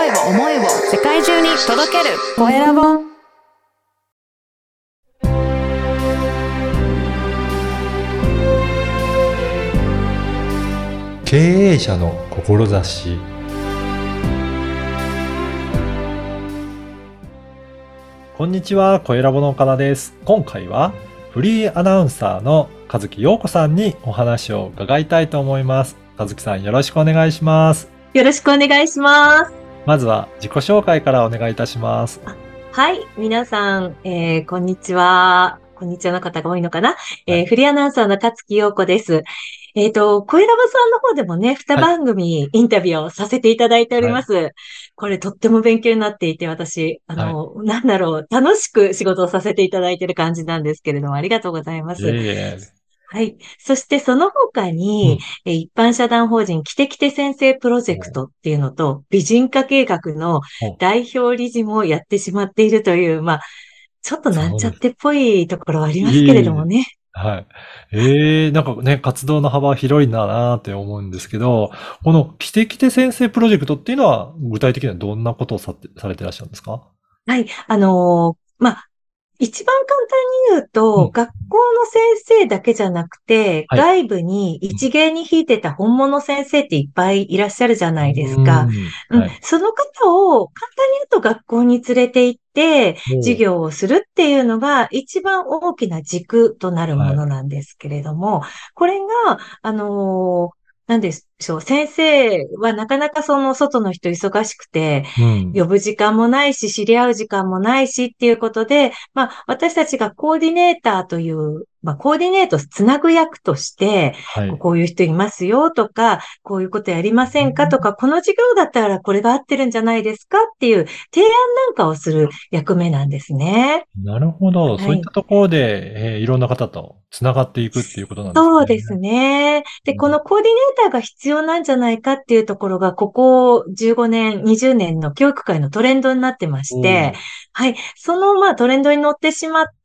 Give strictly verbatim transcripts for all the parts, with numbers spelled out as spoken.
声を思いを世界中に届けるコエラボ。 経営者の志。こんにちは、コエラボの岡田です。今回はフリーアナウンサーの和木陽子さんにお話を伺いたいと思います。和木さん、よろしくお願いします。 よろしくお願いします。 まずは自己紹介からお願いいたします。 はい、皆さん、えー、こんにちは。こんにちはの方が多いのかな、はい、えー、フリーアナウンサーの勝木陽子です。えっ、ー、と、コエラボさんの方でもね、に番組インタビューをさせていただいております。はい、これとっても勉強になっていて、私、あの、はい、なんだろう、楽しく仕事をさせていただいている感じなんですけれども、ありがとうございます。 いえいえ。 はい。そしてその他に、うん、一般社団法人キテキテ先生プロジェクトっていうのと、美人化計画の代表理事もやってしまっているという、まあ、ちょっとなんちゃってっぽいところはありますけれどもね。 はい。ええー、なんかね、活動の幅広いんだなって思うんですけど、このキテキテ先生プロジェクトっていうのは、具体的にはどんなことをさてされてらっしゃるんですか？ はい。あのー、まあ、一番簡単に言うと、うん、学校の先生だけじゃなくて、はい、外部に一芸に弾いてた本物先生っていっぱいいらっしゃるじゃないですか。うん、はい、その方を簡単に言うと学校に連れて行って、授業をするっていうのが一番大きな軸となるものなんですけれども、はい、これが、あのーなんでしょう。先生はなかなかその外の人忙しくて、うん、呼ぶ時間もないし、知り合う時間もないしっていうことで、まあ私たちがコーディネーターという、まあコーディネートつなぐ役として、はい、こういう人いますよとか、こういうことやりませんかとか、うん、この授業だったらこれが合ってるんじゃないですかっていう提案なんかをする役目なんですね。 なるほど。はい、そういったところで、えー、いろんな方とつながっていくっていうことなんですね。 そうですね。で、このコーディネーターが必要なんじゃないかっていうところが、ここじゅうごねん、にじゅうねんの教育界のトレンドになってまして、はい。その、まあ、トレンドに乗ってしまって、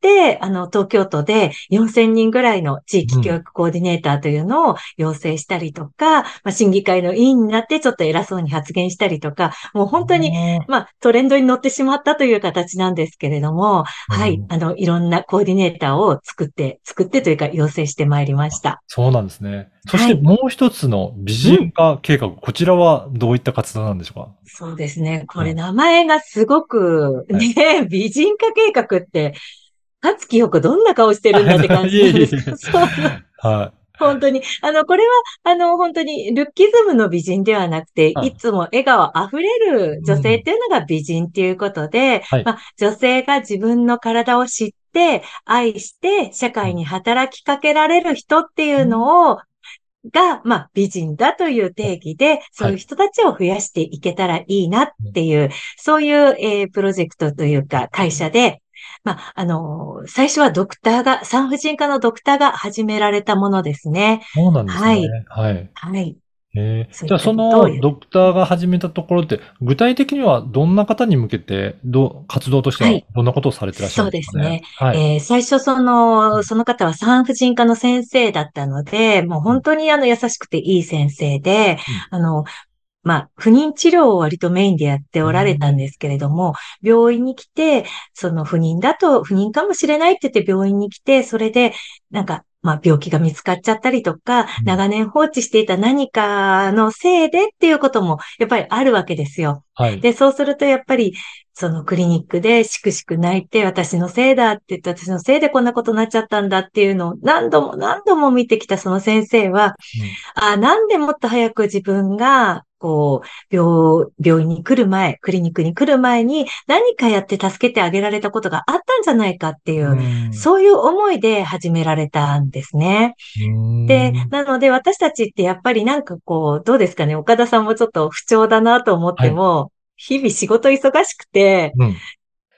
あの、東京都でよんせんにんぐらいの地域教育コーディネーターというのを養成したりとか、うん、まあ、審議会の委員になってちょっと偉そうに発言したりとか、もう本当に、まあ、トレンドに乗ってしまったという形なんですけれども、うん、はい。あの、いろんなコーディネーターを作って、作ってというか養成してまいりました。 そうなんですね。そしてもう一つの美人化計画、うん、こちらはどういった活動なんでしょうか？ そうですね。これ名前がすごく、ね、はい、美人化計画って、勝木よくどんな顔してるんだって感じなんですけど、そう。はい。本当に。あの、これは、あの、本当に、ルッキズムの美人ではなくて、いつも笑顔あふれる女性っていうのが美人っていうことで、うん、まあ、女性が自分の体を知って、愛して、社会に働きかけられる人っていうのを、が、まあ、美人だという定義で、そういう人たちを増やしていけたらいいなっていう、はい、そういう、えー、プロジェクトというか、会社で、まあ、あのー、最初はドクターが、産婦人科のドクターが始められたものですね。 そうなんですね。はい。はい。 はい。 えー、じゃあそのドクターが始めたところって、具体的にはどんな方に向けて、ど活動としてはどんなことをされてらっしゃるんですかね？はい、そうですね。 はい、えー、最初その、その方は産婦人科の先生だったので、もう本当にあの優しくていい先生で、うん、あの、まあ、不妊治療を割とメインでやっておられたんですけれども、病院に来て、その不妊だと、不妊かもしれないって言って病院に来て、それで、なんか、まあ、病気が見つかっちゃったりとか、長年放置していた何かのせいでっていうことも、やっぱりあるわけですよ。はい。で、そうするとやっぱり、そのクリニックでしくしく泣いて、私のせいだって言って、私のせいでこんなことになっちゃったんだっていうのを何度も何度も見てきたその先生は、うん、あ、なんでもっと早く自分が、こう、病、病院に来る前、クリニックに来る前に何かやって助けてあげられたことがあったんじゃないかっていう、うん、そういう思いで始められたんですね。で、なので私たちってやっぱりなんかこう、どうですかね、岡田さんもちょっと不調だなと思っても、はい、日々仕事忙しくて、うん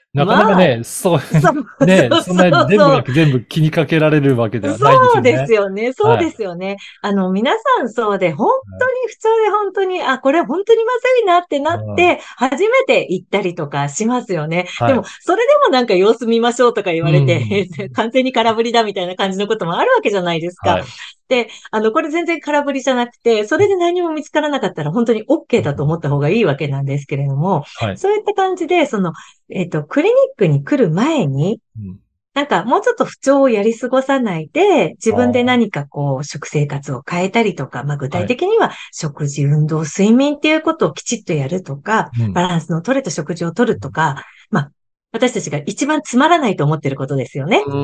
なかなかね、そう、 そう、 ね、 そうそんなそうそう。 全部が全部気にかけられるわけではないんですそうですよね。 よね。そうはい。 ですよね。あの、皆さんそうで、本当はいに普通で本当に、あ、これ本当にまずいなってなっうん。 て、初めて行ったりとかしますよね。でも、 はい。 それでもなんか様子見ましょうとか言うわれて、 ん。 完全に空振りだみたいな感じのこともあるわけじゃないですか。 はい。 で、あの、これ全然空振りじゃなくて、それで何も見つからなかったら本当にう OK だと思ん。 った方がいいわけなんですけれども、 はい。 そういった感じで、その、えっと、クリニックに来る前に、 うん。 なんかもうちょっと不調をやり過ごさないで、自あ分であ、 何かこう、食生活を変えたりとか、まあ具体はい。 的には食事、運動、睡眠っていうことをきちっとやるとか、 うん。 バランスの取れた食事を取るとか、まあ、私たちが一番つまらないと思ってることですよね。 うん。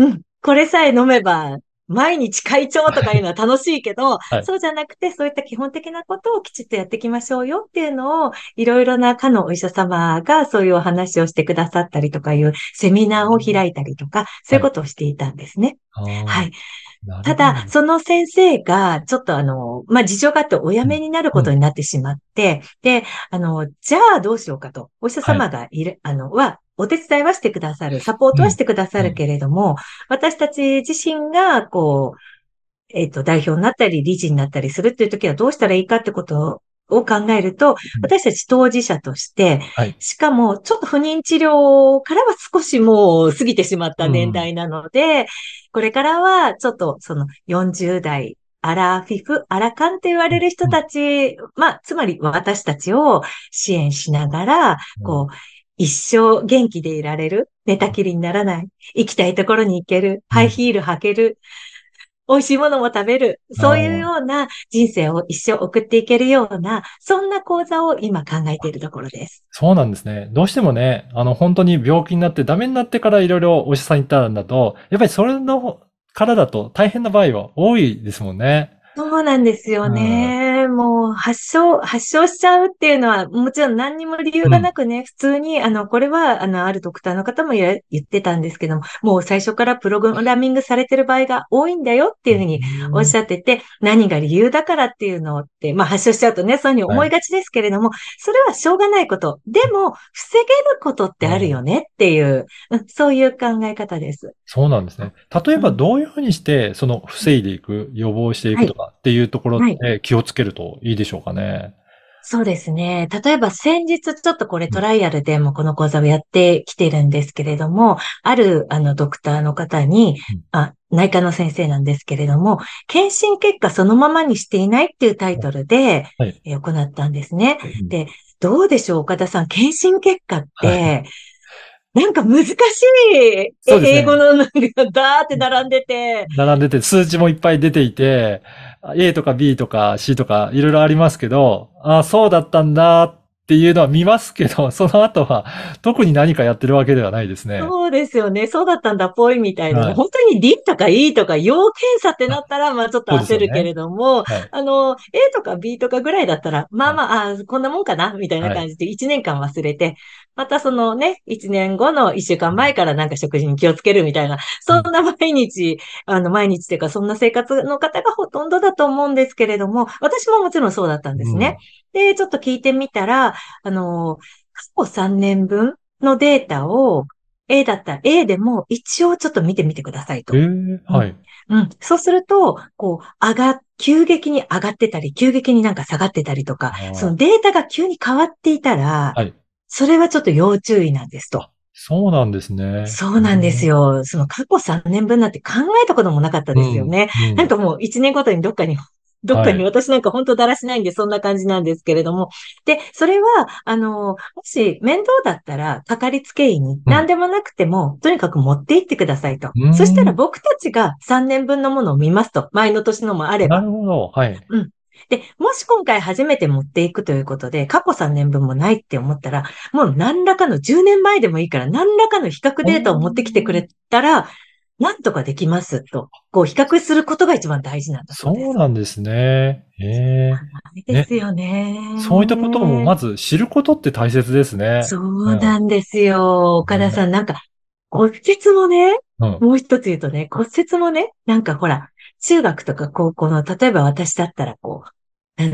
うん。これさえ飲めば、毎日会長とかいうのは楽しいけど、 はい。 そうじゃなくて、そういった基本的なことをきちっとやっていきましょうよっていうのを、いろいろな科のお医者様がそういうお話をしてくださったりとかいうセミナーを開いたりとか、そういうはい。 ことをしていたんですね。 ああ、 はい。 なるほど。 ただ、その先生が、ちょっとあの、まあ、事情があってお辞うん。 めになるうん。 ことになってしまって、で、あの、じゃあどうしようかと、お医者はい。 様がいる、あの、は、お手伝いはしてくださる、サポートはしうん。 てくださうん。 るけれども、私たち自身が、こう、えっと、代表になったり、理事になったりするっていう時はどうしたらいいかってことを考えると、 うん。 私たち当事者として、 はい。 しかもちょっと不妊治療からは少しもう過ぎてしまったうん。 年代なので、これからはちょっとそのよんじゅう代、アラフィフ、アラカンって言わうん。 れる人うん。 たち、まあ、つまり私たちを支援しながら、 うん。 こう、一生元気でいられる、寝たきりにならない、行きたいところに行ける、 うん。 ハイヒール履ける、美味しいものも食べる。 あそういうよあ。 うな人生を一生送っていけるような、そんな講座を今考えているところです。 そうなんですね。どうしてもね、あの、本当に病気になってダメになってからいろいろお医者さん行ったんだと、やっぱりそれのからだと大変な場合は多いですもんね。 そうなんですようん。 ね。もう発症、発症しちゃうっていうのは、もちろん何にも理由うん。 がなくね、普通に、あの、これは、あの、あるドクターの方も言言ってたんですけども、もう最初からプログラミングされてる場合が多いんだよっていうふうにおっしゃってて、何が理由だからっていうのって、まあ発症しちゃうとね、そういうふうにはい。 思いがちですけれども、それはしょうがないこと。でも、防げることってあるよねっていう、うんそういう考え方です。 そうなんですね。例えばうん、 どういうふうにして、その防いでいく、予防していはい。 くとかっていうところっはい。 て気をつけるといいでしょうかね。 そうですね。例えば先日ちょっとこれうん。 トライアルでもこの講座をやってきてるんですけれども、あるあのドクターの方に、 うん。 あ、内科の先生なんですけれども、検診結果そのままにしていないっていうタイトルで、 はい。 えー行ったんですね。 うん。 で、どうでしょう、岡田さん、検診結果っはい。 て、なんか難しい、え英語そうですね。 のなんかダーって並んでて、 並んでて、数値もいっぱい出ていて、A とか B とか C とかいろいろありますけど、ああ、そうだったんだっていうのは見ますけど、その後は特に何かやってるわけではないですね。 そうですよね。そうだったんだ、ぽいみたいな。もうはい。 本当に D とか E とか要検査ってなあ、 ったら、まあちょっとそうですよね。 焦るけれども、 はい。 あの、A とか B とかぐらいだったら、まはい。 あまあ、あこんなもんかな、みたいなはい。 感じでいちねんかん忘れて、またそのね、いちねんごのいっしゅうかんうん。 まえからなんか食事に気をつけるみたいな、 うん。 そんな毎日、あの、毎日っていうか、そんな生活の方がほとんどだと思うんですけれども、私ももちろんそうだったんですね。 うん。 で、ちょっと聞いてみたら、あの、過去さんねんぶんのデータを、A だったら A でも一応ちょっと見てみてくださいと。 ええ、 うん。 はい。 うん。そうすると、こう、上が、急激に上がってたり、急激になんか下がってたりとか、そあのデータが急に変わっていたら、 あ、はい。 それはちょっと要注意なんですと。 あ、そうなんですね。 そうなんですへえ。 よ。その過去さんねんぶんなんて考えたこともなかったうん。 ですよね。 うん。 なんかもういちねんごとにどっかに、どっかはい。 に私なんか本当だらしないんでそんな感じなんですけれども。で、それは、あの、もし面倒だったら、かかりつけ医にうん。 何でもなくても、とにかく持って行ってくださいと。 うーそしたらん。 僕たちがさんねんぶんのものを見ますと。前の年のもあれなば。 るほど。はい。 うん。で、もし今回初めて持っていくということで、過去さんねんぶんもないって思ったら、もう何らかのじゅうねんまえでもいいから、何らかの比較おデータを持ってきてくー。 れたら、なんとかできますと。こう、比較することが一番大事なんだそうでそうす。 なんですね。ええ。 ないでね。 すよね。 そういったこともまず知ることって大切ですね。 そううん。 なんですよ。岡田ね。 さん、なんか、骨折もね、 うん。 もう一つ言うとね、骨折もね、なんかほら、中学とか高校の、例えば私だったらこう、なんだろう、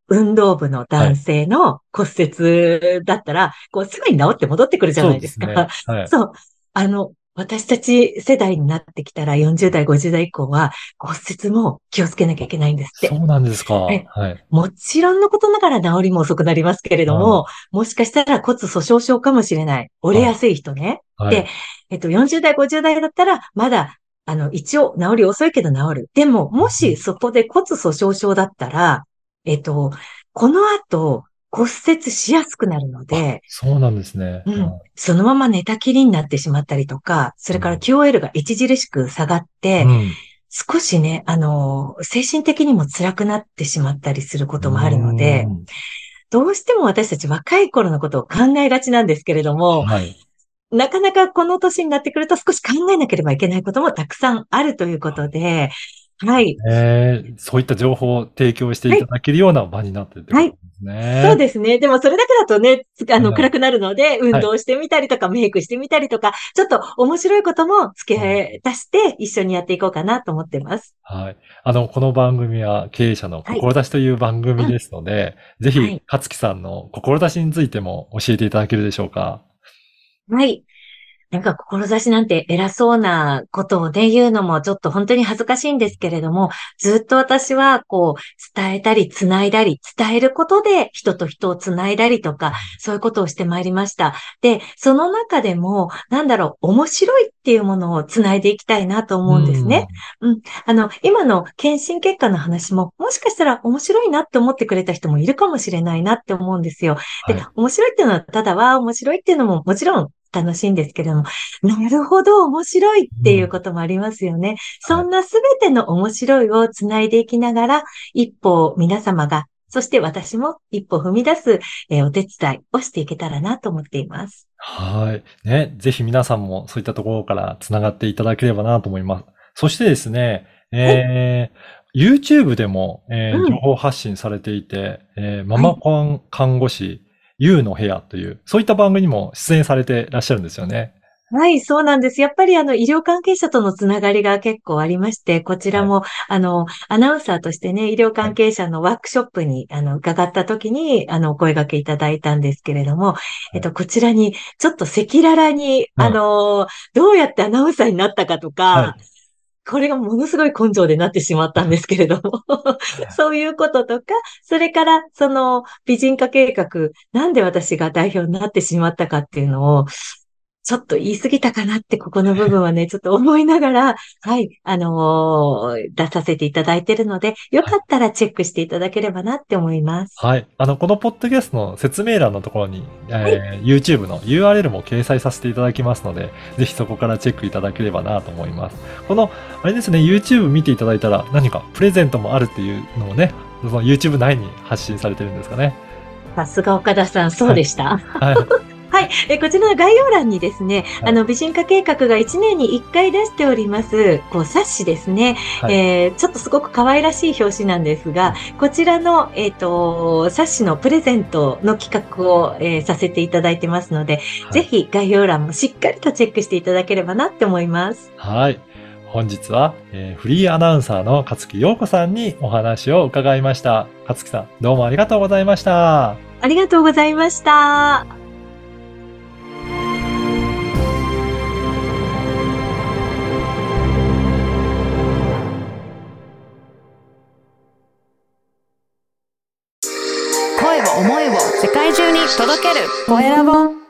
運動部の男性の骨折だったら、こうすぐに治って戻ってくるじゃないですか。 そうですね。はい。 そう。あの、私たち世代になってきたらよんじゅう代、ごじゅう代以降は骨折も気をつけなきゃいけないんですって。 そうなんですか。 え、 はい。 もちろんのことながら治りも遅くなりますけれどはも、もしかしたら骨粗鬆症かもしれない。折れやすい人ね。 い。はで、 い。 えっと、よんじゅう代、ごじゅう代だったら、まだ、あの、一応治り遅いけど治る。でも、もしそこで骨粗鬆症だったら、えっと、この後、骨折しやすくなるのあ、 で、 そうなんですね。 うん。 はそのまま寝たきりになってしまったりとか、それから キューオーエル が著しく下がっい。 て、 うん。 少しね、あの、精神的にも辛くなってしまったりするこうーともあるので、 ん。 どうしても私たち若い頃のことを考えがちなんですけれども、 はい。 なかなかこの年になってくると少し考えなければいけないこともたくさんあるということで、はい。 ええ、そういった情報を提供していたはい。 だけるような場になってるってはい。 ことですそうね。 ですね。でもそれだけだとね、つあの、 はい。 暗くなるので、運はい。 動してみたりとか、メイクしてみたりとか、ちょっと面白いことも付け足して一緒にやっていこうかなと思ってます。 はい。あの、この番組は経営者のはい。 志という番組うん。 ですので、ぜひ、 はい。 勝木さんの志についても教えていただけるでしょうか？ はい。なんか志なんて偉そうなことをね、言うのもちょっと本当に恥ずかしいんですけれども、ずっと私はこう伝えたり繋いだり、伝えることで人と人を繋いだりとか、そういうことをしてまいりました。で、その中でも、なんだろう、面白いっていうものを繋いでいきたいなとう思うんですね。 ん。 うん。あの、今の検診結果の話も、もしかしたら面白いなって思ってくれた人もいるかもしれないなって思うんですよ。で、 はい。 面白いっていうのは、ただは面白いっていうのももちろん楽しいんですけれども、なるほど、面白いっていううん。 こともありますよね。 はい。 そんなすべての面白いをつないでいきながら、一歩皆様が、そして私も一歩踏み出す、えーお手伝いをしていけたらなと思っています。 はい。ね、ぜひ皆さんもそういったところからつながっていただければなと思います。そしてですね、 はい。 えー、YouTube でも、えー情うん。 報発信されていて、えーママはい。 コン看護師 ユー の部屋という、そういった番組にも出演されてらっしゃるんですよね。 はい、そうなんです。やっぱりあの医療関係者とのつながりが結構ありまして、こちらはい。 もあのアナウンサーとしてね、医療はい。 関係者のワークショップにあの伺った時にあのお声掛けいただいたんですけれども、えはい。 っとこちらにちょっと赤裸々にあうん。 のどうやってアナウンサーになったかとか、 はい。 これがものすごい根性でなってしまったんですけれどもそういうこととか、それからその美人化計画、なんで私が代表になってしまったかっていうのを、ちょっと言い過ぎたかなって、ここの部分はね、ちょっと思いながら、はい、あのー出させていただいているので、よかったらチェックしていただければなって思います。 はい。あの、このポッドキャストの説明欄のところに、 はい、 えー YouTube の ユーアールエル も掲載させていただきますので、ぜひそこからチェックいただければなと思います。この、あれですね、YouTube 見ていただいたら何かプレゼントもあるっていうのをね、その YouTube 内に発信されてるんですかね。 さすが岡田さん、そうはい。 でした。 はい。 はい。え、こちらの概要欄にですね、 はい。 あの、美人化計画がいちねんにいっかい出しております、こう、冊子ですね。 はい。 えー、ちょっとすごく可愛らしい表紙なんですが、こちらの、えっと、冊子のプレゼントの企画を、えーさせていただいてますので、 はい。 ぜひ概要欄もしっかりとチェックしていただければなって思います。 はい。本日は、えーフリーアナウンサーの勝木陽子さんにお話を伺いました。勝木さん、どうもありがとうございました。 ありがとうございました。 声を思いを世界中に届けるコエラボ